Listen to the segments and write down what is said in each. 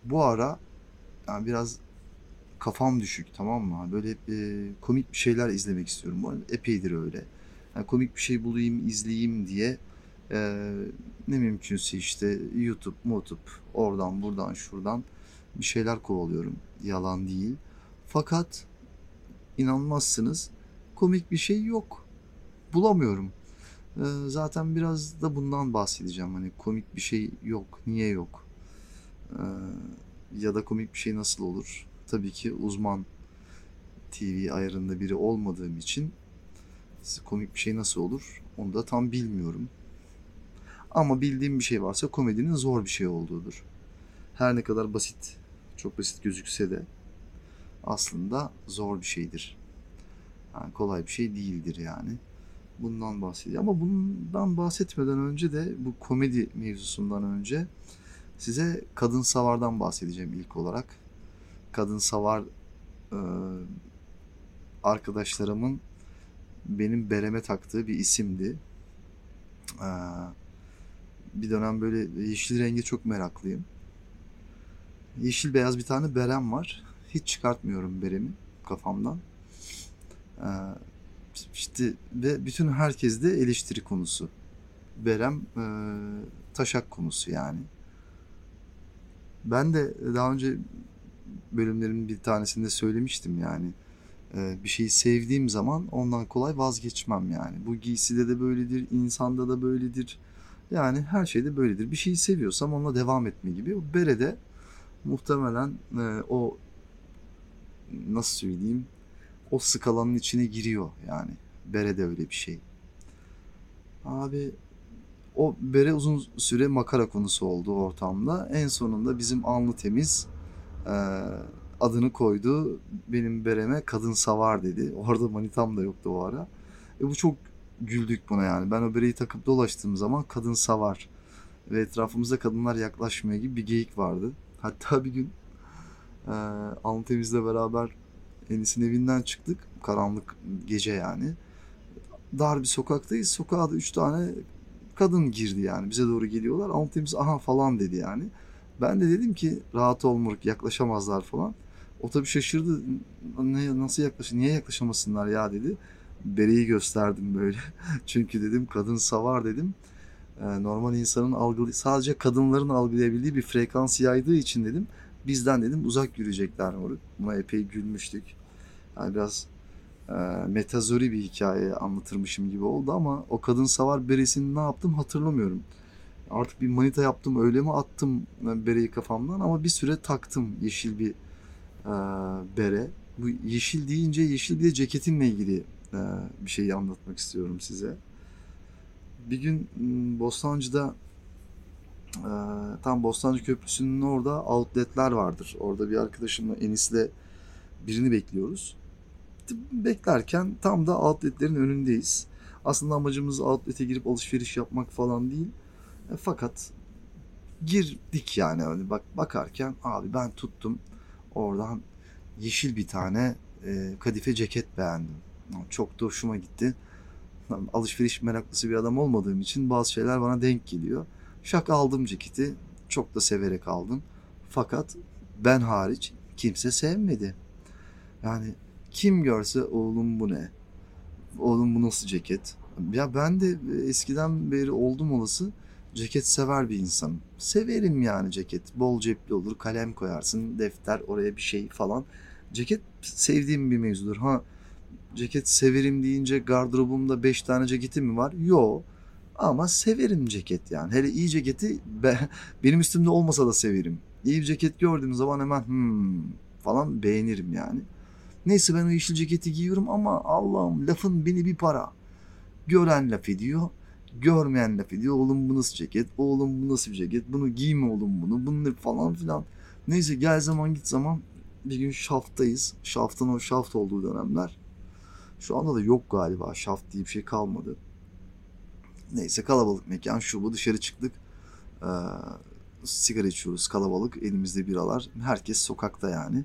Bu ara yani biraz kafam düşük, tamam mı? Böyle komik bir şeyler izlemek istiyorum. Bu arada epeydir öyle. Yani komik bir şey bulayım, izleyeyim diye e, ne mümkünse işte YouTube, oradan buradan şuradan bir şeyler kovalıyorum. Yalan değil. Fakat inanmazsınız, komik bir şey yok. Bulamıyorum. Zaten biraz da bundan bahsedeceğim. Hani komik bir şey yok. Niye yok? Ee, Ya da komik bir şey nasıl olur? Tabii ki uzman TV ayarında biri olmadığım için komik bir şey nasıl olur onu da tam bilmiyorum. Ama bildiğim bir şey varsa komedinin zor bir şey olduğudur. Her ne kadar basit, çok basit gözükse de aslında zor bir şeydir. Yani kolay bir şey değildir yani. Bundan bahsediyor. Ama bundan bahsetmeden önce de, bu komedi mevzusundan önce size kadın savardan bahsedeceğim ilk olarak. Kadın savar e, arkadaşlarımın benim bereme taktığı bir isimdi. E, Bir dönem böyle yeşil renge çok meraklıyım. Yeşil beyaz bir tane berem var. Hiç çıkartmıyorum beremi kafamdan. E, işte ve bütün herkes de eleştiri konusu. Berem taşak konusu yani. Ben de daha önce bölümlerimin bir tanesinde söylemiştim yani. Bir şeyi sevdiğim zaman ondan kolay vazgeçmem yani. Bu giyside de böyledir, insanda da böyledir. Yani her şeyde böyledir. Bir şeyi seviyorsam onunla devam etme gibi. O berede muhtemelen o, nasıl söyleyeyim, o skalanın içine giriyor yani. Bere de öyle bir şey. Abi, o bere uzun süre makara konusu oldu ortamda. En sonunda bizim alnı temiz Ee, adını koydu. Benim bereme kadın savar dedi. Orada manitam da yoktu o ara. Bu çok güldük buna yani. Ben o bereyi takıp dolaştığım zaman kadın savar ve etrafımızda kadınlar yaklaşmıyor gibi bir geyik vardı. Hatta bir gün e, Alın Temiz'le beraber Enis'in evinden çıktık. Karanlık gece yani. Dar bir sokaktayız. Sokağa da 3 tane kadın girdi yani. Bize doğru geliyorlar. Alın Temiz aha falan dedi yani. Ben de dedim ki rahat ol moruk, yaklaşamazlar falan. O tabii şaşırdı. Nasıl niye yaklaşamasınlar ya dedi. Bereyi gösterdim böyle. Çünkü dedim kadın savar dedim. Normal insanın sadece kadınların algılayabildiği bir frekans yaydığı için dedim. Bizden dedim uzak yürüyecekler moruk. Buna epey gülmüştük. Yani biraz e, metazori bir hikaye anlatırmışım gibi oldu ama o kadın savar beresini ne yaptım hatırlamıyorum. Artık bir manita yaptım, öyle mi attım bereyi kafamdan, ama bir süre taktım yeşil bir e, bere. Bu yeşil deyince yeşil bir de ceketimle ilgili e, bir şeyi anlatmak istiyorum size. Bir gün Bostancı'da, e, tam Bostancı Köprüsü'nün orada outletler vardır. Orada bir arkadaşımla Enis'le birini bekliyoruz. Beklerken tam da outletlerin önündeyiz. Aslında amacımız outlet'e girip alışveriş yapmak falan değil. Fakat girdik yani, öyle bakarken abi ben tuttum oradan yeşil bir tane kadife ceket beğendim. Çok da hoşuma gitti. Alışveriş meraklısı bir adam olmadığım için bazı şeyler bana denk geliyor. Şak aldım ceketi. Çok da severek aldım. Fakat ben hariç kimse sevmedi. Yani kim görse oğlum bu ne? Oğlum bu nasıl ceket? Ya ben de eskiden beri oldum olası ceket sever bir insanım. Severim yani ceket. Bol cepli olur, kalem koyarsın, defter, oraya bir şey falan. Ceket sevdiğim bir mevzudur. Ha, ceket severim deyince gardırobumda 5 tane ceketim mi var? Yo. Ama severim ceket yani. Hele iyi ceketi benim üstümde olmasa da severim. İyi bir ceket gördüğüm zaman hemen falan beğenirim yani. Neyse ben o yeşil ceketi giyiyorum ama Allah'ım lafın beni bir para. Gören laf ediyor. Görmeyen laf ediyor. Oğlum bu nasıl ceket? Oğlum bu nasıl bir ceket? Bunu giyme oğlum bunu. Bunu ne falan filan. Neyse gel zaman git zaman bir gün şaftayız. Şaftın o şaft olduğu dönemler. Şu anda da yok galiba. Şaft diye bir şey kalmadı. Neyse kalabalık mekan, şu bu, dışarı çıktık. Ee, Sigara içiyoruz, kalabalık. Elimizde biralar. Herkes sokakta yani.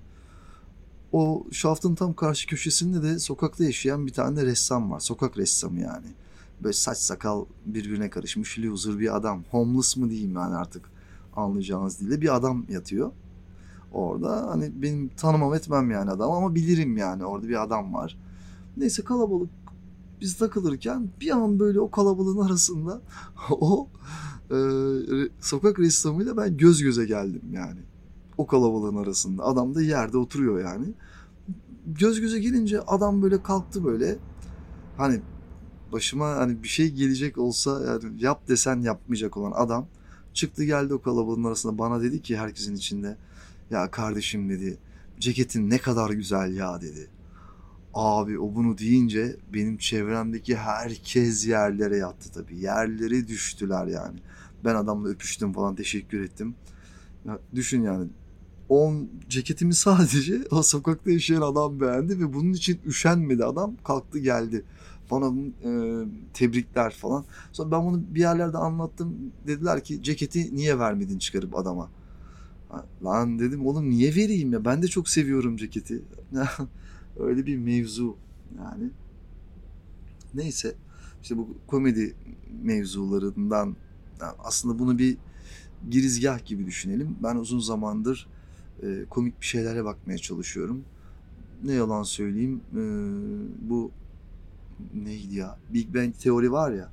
O şaftın tam karşı köşesinde de sokakta yaşayan bir tane ressam var. Sokak ressamı yani. Böyle saç sakal birbirine karışmış loser bir adam. Homeless mı diyeyim yani artık, anlayacağınız dille bir adam yatıyor. orada. Hani benim tanımam etmem yani adam ama bilirim yani orada bir adam var. Neyse kalabalık biz takılırken bir an böyle o kalabalığın arasında o sokak ressamıyla ben göz göze geldim yani. O kalabalığın arasında. Adam da yerde oturuyor yani. Göz göze gelince adam böyle kalktı böyle. Hani başıma hani bir şey gelecek olsa yani yap desen yapmayacak olan adam çıktı geldi o kalabalığın arasında bana dedi ki herkesin içinde ya kardeşim dedi ceketin ne kadar güzel ya dedi. Abi o bunu deyince benim çevremdeki herkes yerlere yattı tabii. Yerlere düştüler yani. Ben adamla öpüştüm falan teşekkür ettim. Ya düşün yani ceketimi sadece o sokakta yaşayan adam beğendi ve bunun için üşenmedi adam kalktı geldi. Bana tebrikler falan. Sonra ben bunu bir yerlerde anlattım. Dediler ki ceketi niye vermedin çıkarıp adama? Lan dedim oğlum niye vereyim ya? Ben de çok seviyorum ceketi. Öyle bir mevzu yani. Neyse işte bu komedi mevzularından aslında bunu bir girizgah gibi düşünelim. Ben uzun zamandır komik bir şeylere bakmaya çalışıyorum. Ne yalan söyleyeyim bu neydi ya? Big Bang teori var ya.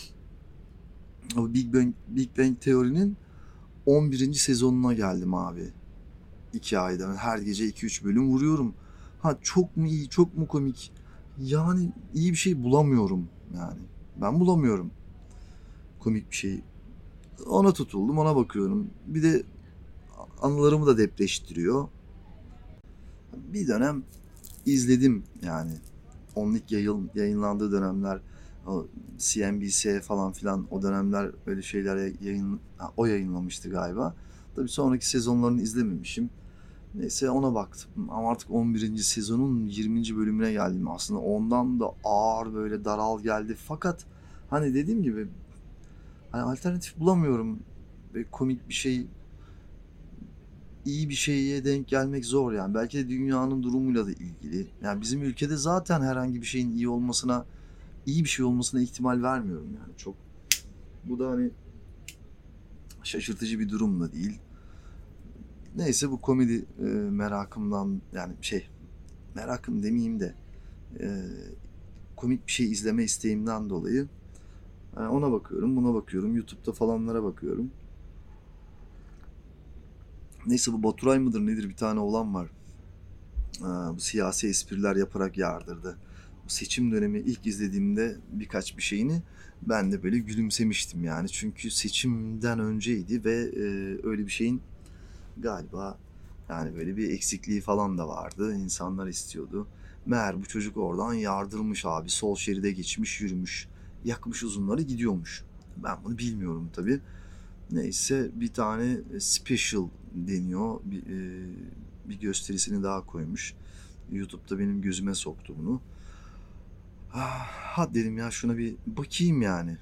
O Big Bang teorinin 11. sezonuna geldim abi. 2 ayda. Her gece 2-3 bölüm vuruyorum. Ha çok mu iyi, çok mu komik? Yani iyi bir şey bulamıyorum yani. Ben bulamıyorum komik bir şey. Ona tutuldum, ona bakıyorum. Bir de anılarımı da depreştiriyor. Bir dönem izledim yani. Onun ilk yayınlandığı dönemler o CNBC falan filan o dönemler öyle şeyler o yayınlamıştı galiba. Tabii sonraki sezonlarını izlememişim. Neyse ona baktım ama artık 11. sezonun 20. bölümüne geldim. Aslında ondan da ağır böyle daral geldi. Fakat hani dediğim gibi hani alternatif bulamıyorum. Ve komik bir şey, iyi bir şeye denk gelmek zor yani. Belki de dünyanın durumuyla da ilgili. Yani bizim ülkede zaten herhangi bir şeyin iyi bir şey olmasına ihtimal vermiyorum yani çok. Bu da hani şaşırtıcı bir durum da değil. Neyse bu komedi merakımdan yani merakım demeyeyim de e, komik bir şey izleme isteğimden dolayı ona bakıyorum, buna bakıyorum, YouTube'da falanlara bakıyorum. Neyse bu Baturay mıdır nedir bir tane olan var. Bu siyasi espriler yaparak yardırdı. O seçim dönemi ilk izlediğimde birkaç bir şeyini ben de böyle gülümsemiştim yani. Çünkü seçimden önceydi ve öyle bir şeyin galiba yani böyle bir eksikliği falan da vardı. İnsanlar istiyordu. Meğer bu çocuk oradan yardırmış abi. Sol şeride geçmiş, yürümüş. Yakmış uzunları gidiyormuş. Ben bunu bilmiyorum tabii. Neyse bir tane special deniyor. Bir gösterisini daha koymuş. YouTube'da benim gözüme soktu bunu. Ha dedim ya şuna bir bakayım yani.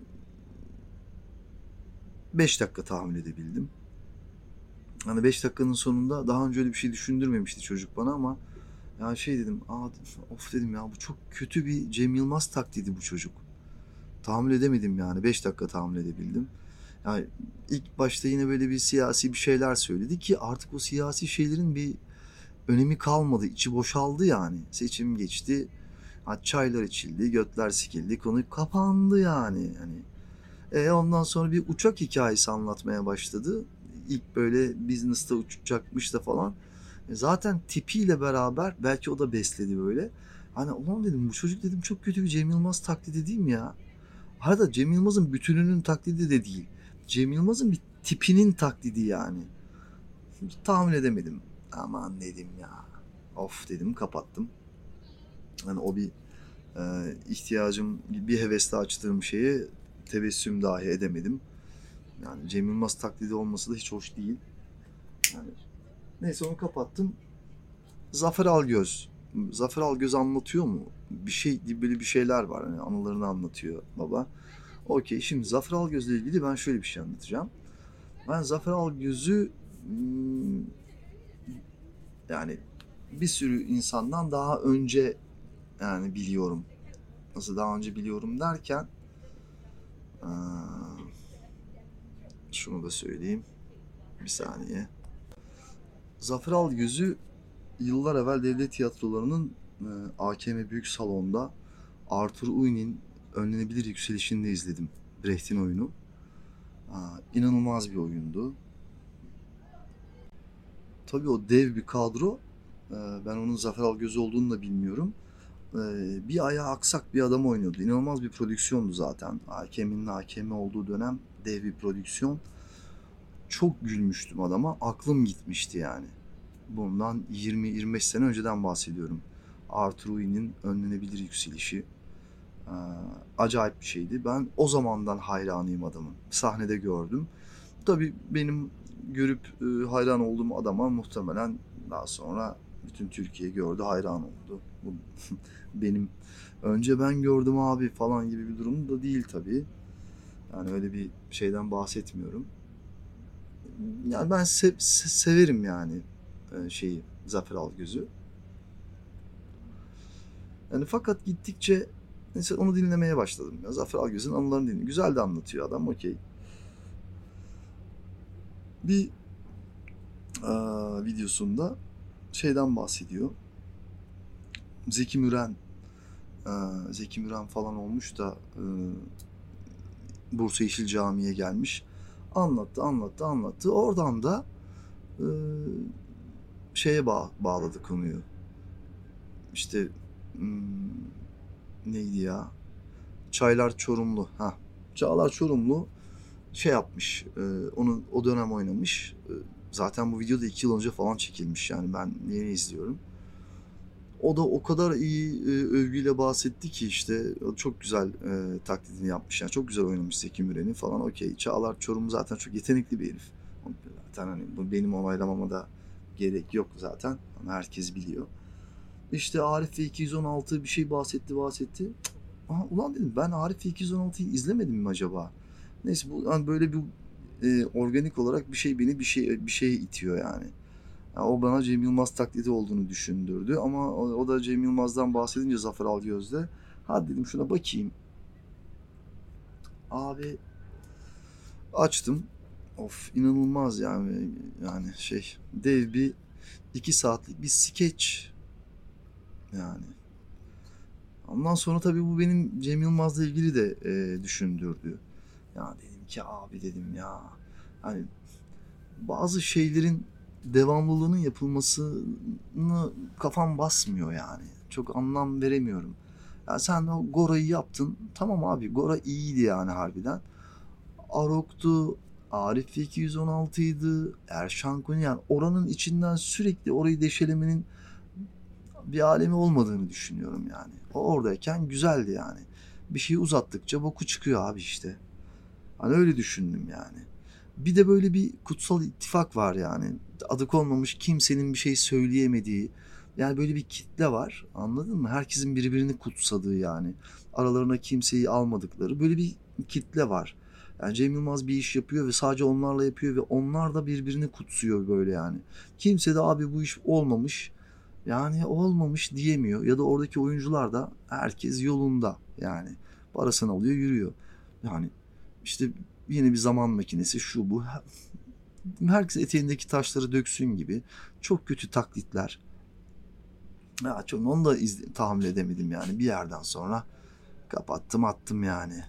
5 dakika tahammül edebildim. Hani 5 dakikanın sonunda daha önce öyle bir şey düşündürmemişti çocuk bana ama ya şey dedim, of dedim ya bu çok kötü bir Cem Yılmaz taklidi bu çocuk. Tahammül edemedim yani 5 dakika tahammül edebildim. Yani ilk başta yine böyle bir siyasi bir şeyler söyledi ki artık o siyasi şeylerin bir önemi kalmadı. İçi boşaldı yani. Seçim geçti. Ha, çaylar içildi, götler sikildi, konu kapandı yani. Hani ondan sonra bir uçak hikayesi anlatmaya başladı. İlk böyle business'ta uçacakmış da falan. Zaten tipiyle beraber belki o da besledi böyle. Hani ulan dedim bu çocuk dedim çok kötü bir Cem Yılmaz taklidi değil mi ya? Arada Cem Yılmaz'ın bütününün taklidi de değil. Cem Yılmaz'ın bir tipinin taklidi yani. Hiç tahmin edemedim. Aman dedim ya. Of dedim kapattım. Hani o bir ihtiyacım bir hevesle açtığım şeye tebessüm dahi edemedim. Yani Cem Yılmaz taklidi olması da hiç hoş değil. Yani neyse onu kapattım. Zafer Algöz. Zafer Algöz anlatıyor mu? Bir şey böyle bir şeyler var. Hani anılarını anlatıyor baba. Okey şimdi Zafer Algöz'le ilgili ben şöyle bir şey anlatacağım. Ben Zafer Algöz'ü yani bir sürü insandan daha önce yani biliyorum. Nasıl daha önce biliyorum derken şunu da söyleyeyim. Bir saniye. Zafer Algöz'ü yıllar evvel devlet tiyatrolarının AKM Büyük Salon'da Arthur Uynin'in Önlenebilir Yükselişinde izledim. Brecht'in oyunu. İnanılmaz bir oyundu. Tabii o dev bir kadro. Ben onun Zafer Algöz olduğunu da bilmiyorum. Bir ayağı aksak bir adam oynuyordu. İnanılmaz bir prodüksiyondu zaten. AKM'nin AKM olduğu dönem dev bir prodüksiyon. Çok gülmüştüm adama. Aklım gitmişti yani. Bundan 20-25 sene önceden bahsediyorum. Arthur Uynin'in Önlenebilir Yükselişi. Acayip bir şeydi. Ben o zamandan hayranıyım adamın. Sahnede gördüm. Tabii benim görüp hayran olduğum adama muhtemelen daha sonra bütün Türkiye gördü, hayran oldu. Bu benim önce ben gördüm abi falan gibi bir durum da değil tabii. Yani öyle bir şeyden bahsetmiyorum. Yani ben severim yani şeyi, Zafer Algöz'ü. Yani fakat gittikçe mesela onu dinlemeye başladım. Ya Zafer Algöz'ün anılarını dinliyorum. Güzel de anlatıyor adam, okey. Bir videosunda şeyden bahsediyor. Zeki Müren Zeki Müren falan olmuş da Bursa Yeşil Camii'ye gelmiş. Anlattı. Oradan da e, şeye bağladı konuyu. İşte neydi ya? Çaylar Çorumlu. Çağlar Çorumlu şey yapmış. Onu o dönem oynamış. Zaten bu video da 2 yıl önce falan çekilmiş. Yani ben yeni izliyorum. O da o kadar iyi övgüyle bahsetti ki işte çok güzel taklidini yapmış. Yani çok güzel oynamış Zeki Müren'i falan, okey. Çağlar Çorum zaten çok yetenekli bir herif. Zaten hani bu benim onaylamama da gerek yok zaten. Ama herkes biliyor. İşte Arif ve 216 bir şey bahsetti. Aha, ulan dedim, ben Arif ve 216'yı izlemedim mi acaba? Neyse, bu hani böyle bir organik olarak bir şey beni bir şeye itiyor yani. Yani o bana Cem Yılmaz taklidi olduğunu düşündürdü ama o da Cem Yılmaz'dan bahsedince Zafer Algöz'de, hadi dedim şuna bakayım. Abi açtım. Of, inanılmaz yani dev bir 2 saatlik bir skeç yani. Ondan sonra tabii bu benim Cem Yılmaz'la ilgili de düşündürdü. Ya dedim ki abi, dedim ya, hani bazı şeylerin devamlılığının yapılmasını kafam basmıyor yani. Çok anlam veremiyorum. Ya sen o Gora'yı yaptın. Tamam abi, Gora iyiydi yani harbiden. Arok'tu, Arif 216'ydı, Erşan Kuneri, yani oranın içinden sürekli orayı deşelemenin bir alemi olmadığını düşünüyorum yani. O oradayken güzeldi yani. Bir şeyi uzattıkça boku çıkıyor abi işte. Hani öyle düşündüm yani. Bir de böyle bir kutsal ittifak var yani. Adı konmamış kimsenin bir şey söyleyemediği. Yani böyle bir kitle var. Anladın mı? Herkesin birbirini kutsadığı yani. Aralarına kimseyi almadıkları böyle bir kitle var. Yani Cem Yılmaz bir iş yapıyor ve sadece onlarla yapıyor ve onlar da birbirini kutsuyor böyle yani. Kimse de abi bu iş olmamış, yani olmamış diyemiyor. Ya da oradaki oyuncular da herkes yolunda yani. Parasını alıyor, yürüyor. Yani işte yeni bir zaman makinesi, şu bu. Herkes eteğindeki taşları döksün gibi. Çok kötü taklitler. Ya çok, onu da tahammül edemedim yani. Bir yerden sonra kapattım attım yani.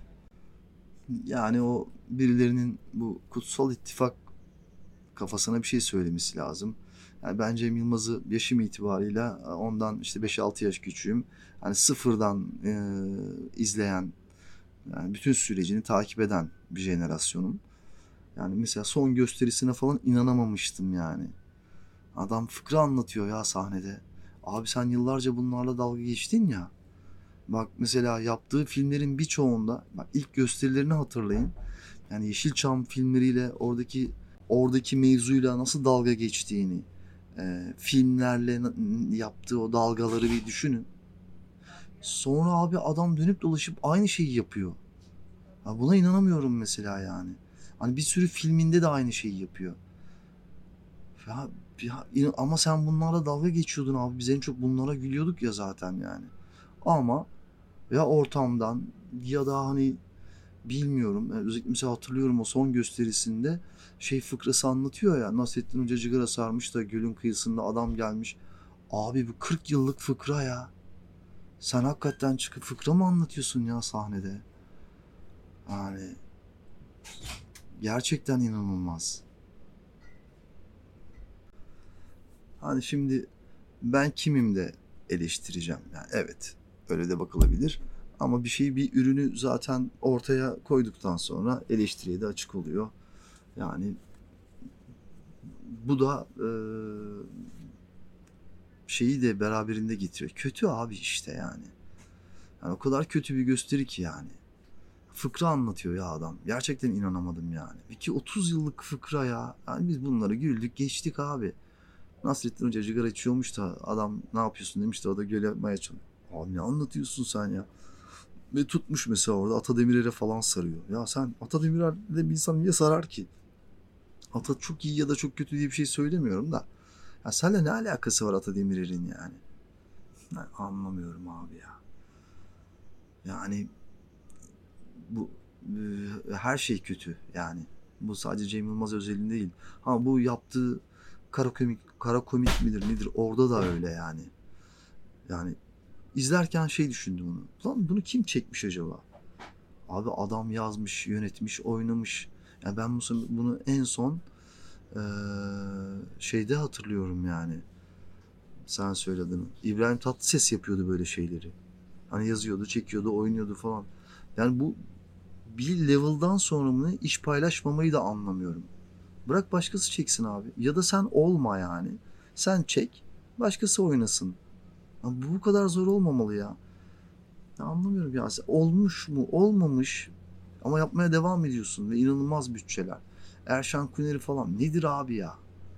Yani o birilerinin bu kutsal ittifak kafasına bir şey söylemesi lazım. Yani ben Cem Yılmaz'ı yaşım itibarıyla ondan işte 5-6 yaş küçüğüm. Hani sıfırdan izleyen, yani bütün sürecini takip eden bir jenerasyonum. Yani mesela son gösterisine falan inanamamıştım yani. Adam fıkra anlatıyor ya sahnede. Abi sen yıllarca bunlarla dalga geçtin ya. Bak mesela yaptığı filmlerin birçoğunda, bak ilk gösterilerini hatırlayın. Yani Yeşilçam filmleriyle oradaki mevzuyla nasıl dalga geçtiğini, filmlerle yaptığı o dalgaları bir düşünün. Sonra abi adam dönüp dolaşıp aynı şeyi yapıyor. Ha, buna inanamıyorum mesela yani. Hani bir sürü filminde de aynı şeyi yapıyor. Ya, ama sen bunlarla dalga geçiyordun abi. Biz en çok bunlara gülüyorduk ya zaten yani. Ama ya ortamdan ya da hani bilmiyorum. Yani özellikle mesela hatırlıyorum o son gösterisinde şey fıkrası anlatıyor ya. Nasrettin Hoca cigara sarmış da gölün kıyısında adam gelmiş. Abi bu 40 yıllık fıkra ya. Sen hakikaten çıkıp fıkra mı anlatıyorsun ya sahnede? Yani gerçekten inanılmaz. Hani şimdi ben kimim de eleştireceğim. Yani evet, öyle de bakılabilir. Ama bir şeyi, bir ürünü zaten ortaya koyduktan sonra eleştiriye de açık oluyor. Yani bu da şeyi de beraberinde getiriyor. Kötü abi işte yani. Yani o kadar kötü bir gösteri ki yani. Fıkra anlatıyor ya adam. Gerçekten inanamadım yani. Ki 30 yıllık fıkra ya. Yani biz bunları güldük geçtik abi. Nasrettin Hoca sigara içiyormuş da adam ne yapıyorsun demiş de o da göl yapmaya çalışıyor. Abi ne anlatıyorsun sen ya? Ve tutmuş mesela orada Ata Demirer'e falan sarıyor. Ya sen Ata Demirer'le bir insan niye sarar ki? Ata çok iyi ya da çok kötü diye bir şey söylemiyorum da. Ya seninle ne alakası var Ata Demirer'in yani? Ben anlamıyorum abi ya. Yani bu her şey kötü yani. Bu sadece Cem Yılmaz özelinde değil. Ha bu yaptığı kara komik midir nedir orada da öyle yani. Yani izlerken şey düşündüm onu. Lan bunu kim çekmiş acaba? Abi adam yazmış, yönetmiş, oynamış. Yani ben bunu en son eee, şeyde hatırlıyorum yani. Sen söyledin. İbrahim Tatlıses yapıyordu böyle şeyleri. Hani yazıyordu, çekiyordu, oynuyordu falan. Yani bu bir level'dan sonra mı iş paylaşmamayı da anlamıyorum. Bırak başkası çeksin abi. Ya da sen olma yani. Sen çek, başkası oynasın. Ama bu kadar zor olmamalı ya. Ya anlamıyorum ya. Olmuş mu, olmamış ama yapmaya devam ediyorsun ve inanılmaz bütçeler. Erşan Kuneri falan nedir abi ya?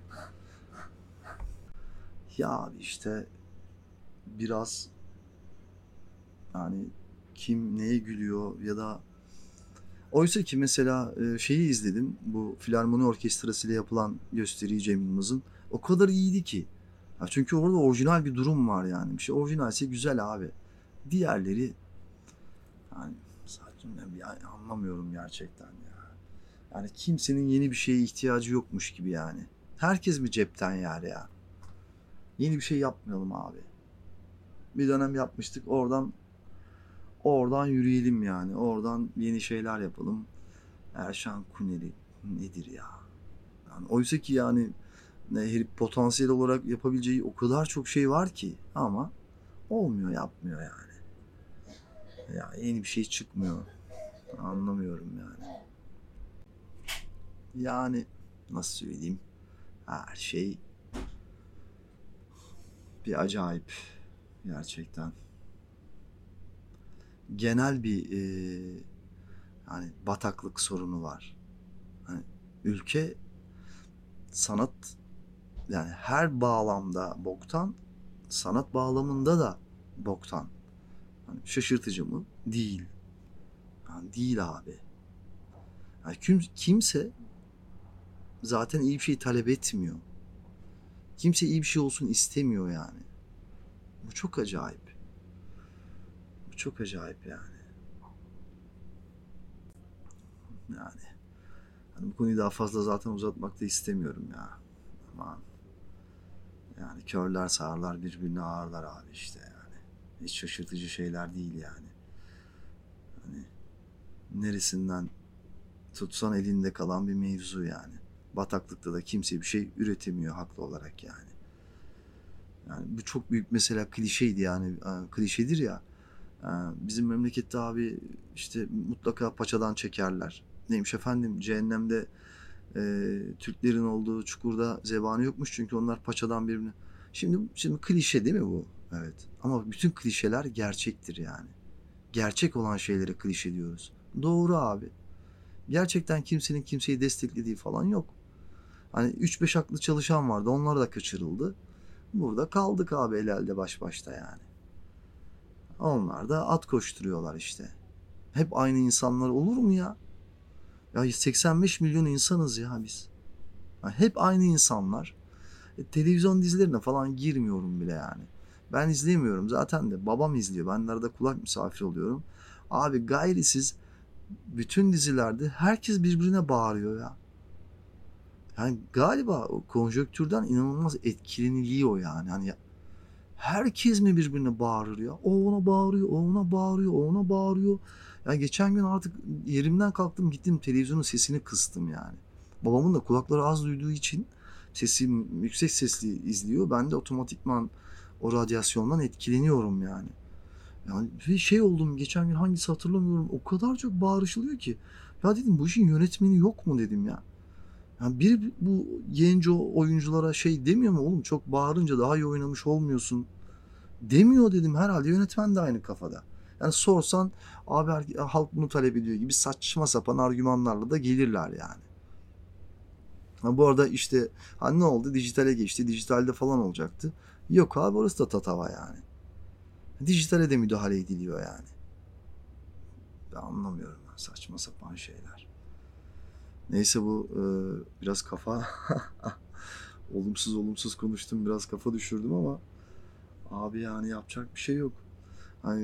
Ya abi işte biraz yani kim neye gülüyor ya da oysa ki mesela şeyi izledim. Bu Filarmoni Orkestrası ile yapılan gösteriyi Cem Yılmaz'ın. O kadar iyiydi ki. Ya çünkü orada orijinal bir durum var yani. Bir şey orijinalse güzel abi. Diğerleri yani saçma yani anlamıyorum gerçekten ya. Yani kimsenin yeni bir şeye ihtiyacı yokmuş gibi yani. Herkes mi cepten yer ya? Yeni bir şey yapmayalım abi. Bir dönem yapmıştık. Oradan yürüyelim yani. Oradan yeni şeyler yapalım. Erşan Kuneri nedir ya? Yani oysa ki yani herif potansiyel olarak yapabileceği o kadar çok şey var ki ama olmuyor, yapmıyor yani. Ya yeni bir şey çıkmıyor. Anlamıyorum yani. Yani nasıl söyleyeyim? Her şey bir acayip gerçekten. Genel bir yani bataklık sorunu var. Hani ülke sanat yani her bağlamda boktan, sanat bağlamında da boktan. Hani şaşırtıcı mı? Değil. Yani değil abi. Yani kimse zaten iyi bir şey talep etmiyor. Kimse iyi bir şey olsun istemiyor yani. Bu çok acayip. Bu çok acayip yani. Yani hani bu konuyu daha fazla zaten uzatmak da istemiyorum ya. Aman. Yani körler sağırlar birbirine ağırlar abi işte yani. Hiç şaşırtıcı şeyler değil yani. Hani neresinden tutsan elinde kalan bir mevzu yani. Bataklıkta da kimse bir şey üretemiyor haklı olarak yani. Yani bu çok büyük mesela klişeydi yani. Klişedir ya. Bizim memlekette abi işte mutlaka paçadan çekerler. Neymiş efendim cehennemde Türklerin olduğu çukurda zebani yokmuş çünkü onlar paçadan birbirine. Şimdi klişe değil mi bu? Evet. Ama bütün klişeler gerçektir yani. Gerçek olan şeylere klişe diyoruz. Doğru abi. Gerçekten kimsenin kimseyi desteklediği falan yok. Hani 3-5 aklı çalışan vardı. Onlar da kaçırıldı. Burada kaldık abi el elde baş başta yani. Onlar da at koşturuyorlar işte. Hep aynı insanlar olur mu ya? Ya 85 milyon insanız ya biz. Ya hep aynı insanlar. Televizyon dizilerine falan girmiyorum bile yani. Ben izleyemiyorum zaten de babam izliyor. Ben de arada kulak misafir oluyorum. Abi gayrisiz bütün dizilerde herkes birbirine bağırıyor ya. Yani galiba o konjonktürden inanılmaz etkileniliyor yani. Hani herkes mi birbirine bağırır ya? O ona bağırıyor, o ona bağırıyor, o ona bağırıyor. Yani geçen gün artık yerimden kalktım, gittim televizyonun sesini kıstım yani. Babamın da kulakları az duyduğu için sesim yüksek sesli izliyor. Ben de otomatikman o radyasyondan etkileniyorum yani. Yani bir şey oldum geçen gün, hangisi hatırlamıyorum. O kadar çok bağırışılıyor ki. Ya dedim, bu işin yönetmeni yok mu dedim ya. Yani biri bu genco oyunculara şey demiyor mu, oğlum çok bağırınca daha iyi oynamış olmuyorsun demiyor dedim. Herhalde yönetmen de aynı kafada. Yani sorsan abi halk bunu talep ediyor gibi saçma sapan argümanlarla da gelirler yani. Ha, bu arada işte hani ne oldu, dijitale geçti, dijitalde falan olacaktı. Yok abi, orası da tatava yani. Dijitale de müdahale ediliyor yani. Ben anlamıyorum, saçma sapan şeyler. Neyse, bu biraz kafa olumsuz konuştum, biraz kafa düşürdüm ama abi yani yapacak bir şey yok. Hani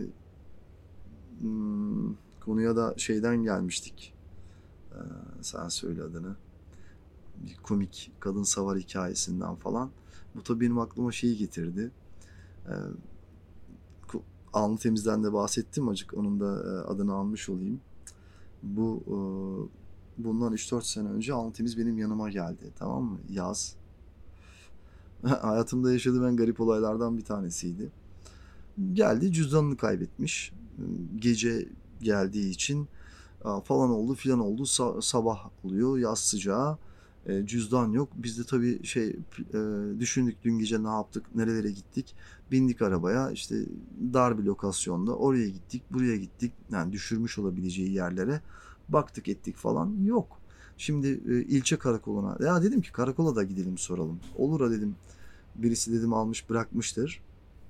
konuya da şeyden gelmiştik. Ee, Sen söyle adını. Bir komik kadın savar hikayesinden falan. Bu tabii benim aklıma şeyi getirdi. Ee, Alnı Temiz'den de bahsettim acık. Onun da adını almış olayım. Bu bundan 3-4 sene önce Alnı Temiz benim yanıma geldi. Tamam mı? Yaz. Hayatımda yaşadığım en garip olaylardan bir tanesiydi. Geldi, cüzdanını kaybetmiş. Gece geldiği için falan oldu filan oldu. Sabah oluyor, yaz sıcağı. Cüzdan yok. Biz de tabii düşündük, dün gece ne yaptık, nerelere gittik. Bindik arabaya, işte dar bir lokasyonda oraya gittik, buraya gittik. Yani düşürmüş olabileceği yerlere baktık ettik falan, yok. Şimdi ilçe karakoluna, ya dedim ki karakola da gidelim soralım. Olur ha dedim, birisi dedim almış bırakmıştır.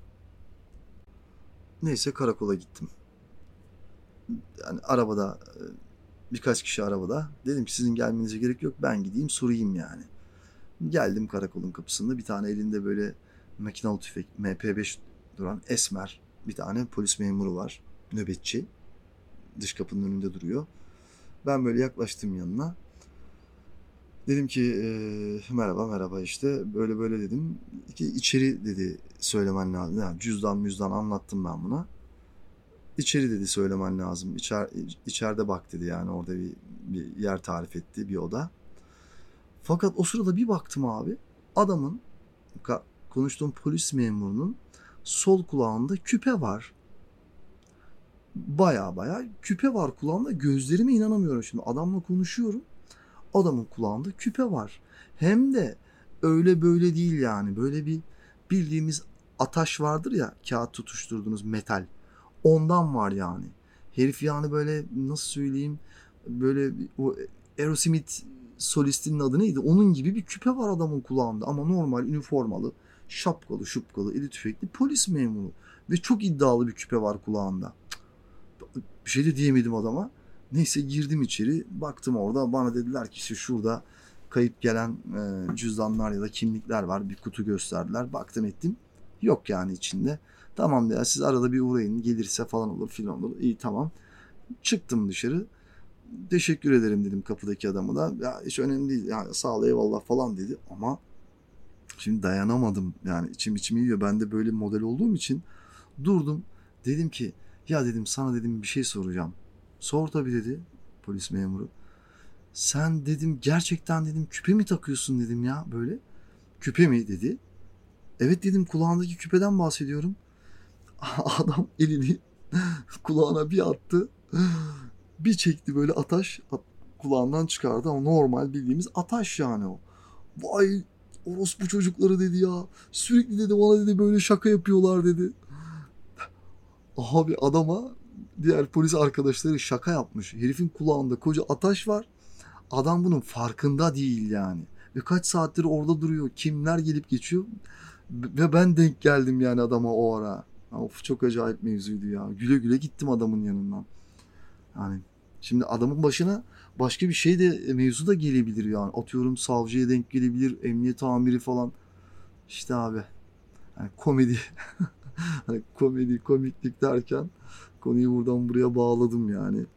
Neyse, karakola gittim. Yani arabada, birkaç kişi arabada. Dedim ki sizin gelmenize gerek yok, ben gideyim sorayım yani. Geldim karakolun kapısında, bir tane elinde böyle makinalı tüfek MP5 duran esmer bir tane polis memuru var. Nöbetçi. Dış kapının önünde duruyor. Ben böyle yaklaştım yanına. Dedim ki merhaba işte böyle böyle dedim. Ki içeri dedi söylemen lazım. Yani cüzdan anlattım ben buna. İçeri dedi söylemen lazım. İçeride bak dedi, yani orada bir yer tarif etti, bir oda. Fakat o sırada bir baktım abi, adamın, konuştuğum polis memurunun sol kulağında küpe var. Baya küpe var kulağında, gözlerime inanamıyorum şimdi. Adamla konuşuyorum, adamın kulağında küpe var. Hem de öyle böyle değil yani, böyle bir bildiğimiz ataş vardır ya, kağıt tutuşturduğunuz metal. Ondan var yani. Herif yani böyle, nasıl söyleyeyim, böyle o Aerosmith solistinin adı neydi? Onun gibi bir küpe var adamın kulağında, ama normal üniformalı, şapkalı, şupkalı, eli tüfekli polis memuru ve çok iddialı bir küpe var kulağında. Bir şey de diyemedim adama. Neyse, girdim içeri, baktım orada, bana dediler ki işte şurada kayıp gelen cüzdanlar ya da kimlikler var, bir kutu gösterdiler, baktım ettim, yok yani içinde. Tamam ya, siz arada bir uğrayın, gelirse falan olur filan olur, iyi tamam. Çıktım dışarı, teşekkür ederim dedim kapıdaki adamı da, ya hiç önemli değil ya, sağ ol eyvallah falan dedi, ama şimdi dayanamadım yani, içimi yiyor, ben de böyle model olduğum için durdum, dedim ki ya dedim, sana dedim bir şey soracağım. Sor tabii dedi polis memuru. Sen dedim gerçekten dedim küpe mi takıyorsun dedim ya böyle. Küpe mi dedi. Evet dedim, kulağındaki küpeden bahsediyorum. Adam elini kulağına bir attı. Bir çekti böyle, ataş kulağından çıkardı, ama normal bildiğimiz ataş yani o. Vay orospu çocukları dedi ya. Sürekli dedi bana dedi böyle şaka yapıyorlar dedi. Abi adama diğer polis arkadaşları şaka yapmış. Herifin kulağında koca ataş var. Adam bunun farkında değil yani. Ve kaç saattir orada duruyor. Kimler gelip geçiyor. Ve ben denk geldim yani adama o ara. Of, çok acayip mevzuydu ya. Güle güle gittim adamın yanından. Yani şimdi adamın başına başka bir şey de, mevzu da gelebilir yani. Atıyorum savcıya denk gelebilir, emniyet amiri falan. İşte abi. Yani komedi. Hani komedi, komiklik derken konuyu buradan buraya bağladım yani.